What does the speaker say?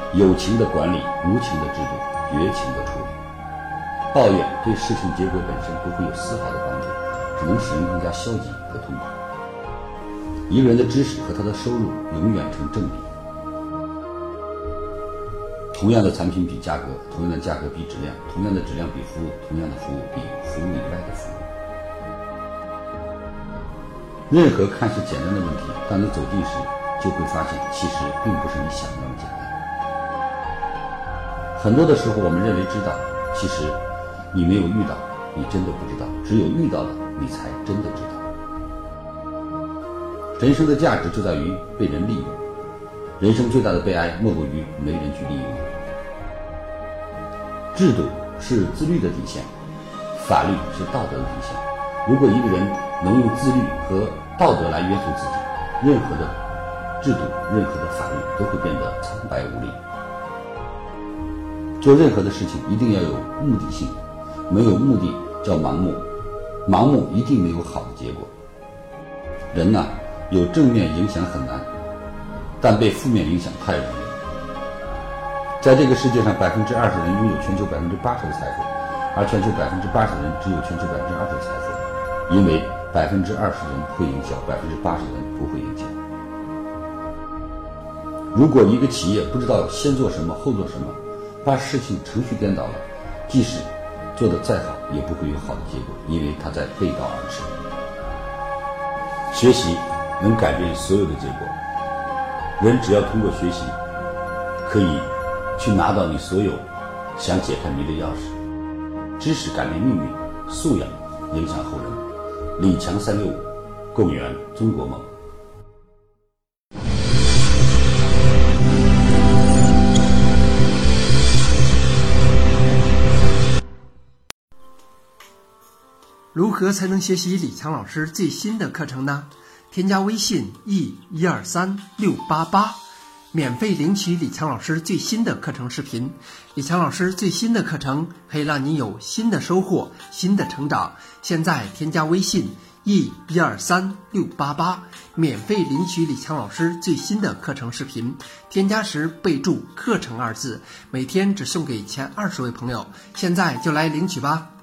有情的管理，无情的制度，绝情的处理。抱怨对事情结果本身不会有丝毫的帮助，只能使人更加消极和痛苦。一个人的知识和他的收入永远成正比。同样的产品比价格，同样的价格比质量，同样的质量比服务，同样的服务比服务以外的服务。任何看似简单的问题，当你走近时，就会发现其实并不是你想的那么简单。很多的时候我们认为知道，其实你没有遇到，你真的不知道，只有遇到了，你才真的知道。人生的价值就在于被人利用，人生最大的悲哀莫过于没人去利用你。制度是自律的体现，法律是道德的体现。如果一个人能用自律和道德来约束自己，任何的制度，任何的法律都会变得苍白无力。做任何的事情一定要有目的性，没有目的叫盲目，盲目一定没有好的结果。人呢，有正面影响很难，但被负面影响太容易。在这个世界上，20%人拥有全球80%的财富，而全球80%的人只有全球20%的财富，因为20%人会营销，80%人不会营销。如果一个企业不知道先做什么后做什么，把事情程序颠倒了，即使做得再好，也不会有好的结果，因为它在背道而驰。学习能改变所有的结果，人只要通过学习，可以去拿到你所有想解开谜的钥匙。知识改变命运，素养影响后人。李强365，共圆中国梦。 如何才能学习李强老师最新的课程呢？添加微信 E123688，免费领取李强老师最新的课程视频。李强老师最新的课程可以让你有新的收获，新的成长。现在添加微信 E123688，免费领取李强老师最新的课程视频。添加时备注课程2字，每天只送给前20位朋友。现在就来领取吧。